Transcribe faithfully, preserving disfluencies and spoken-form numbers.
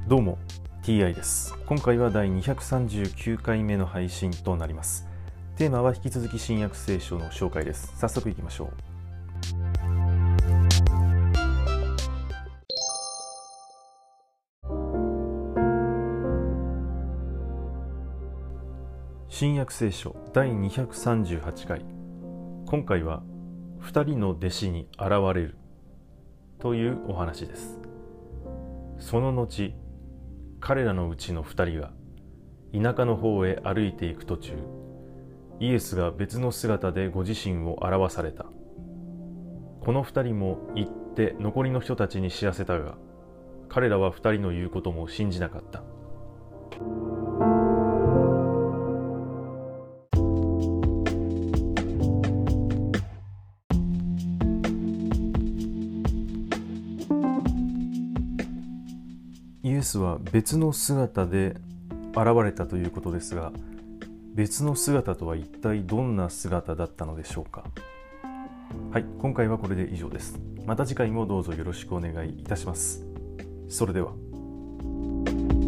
どうも ティーアイ です。今回はだいにひゃくさんじゅうきゅうかいめの配信となります。テーマは引き続き新約聖書の紹介です。早速いきましょう。新約聖書だいにひゃくさんじゅうはちかい。今回はふたりの弟子に現れるというお話です。その後、彼らのうちのふたりが田舎の方へ歩いていく途中、イエスが別の姿でご自身を表された。このふたりも行って残りの人たちに知らせたが、彼らはふたりの言うことも信じなかった。イエスは別の姿で現れたということですが、別の姿とは一体どんな姿だったのでしょうか。はい、今回はこれで以上です。また次回もどうぞよろしくお願いいたします。それでは。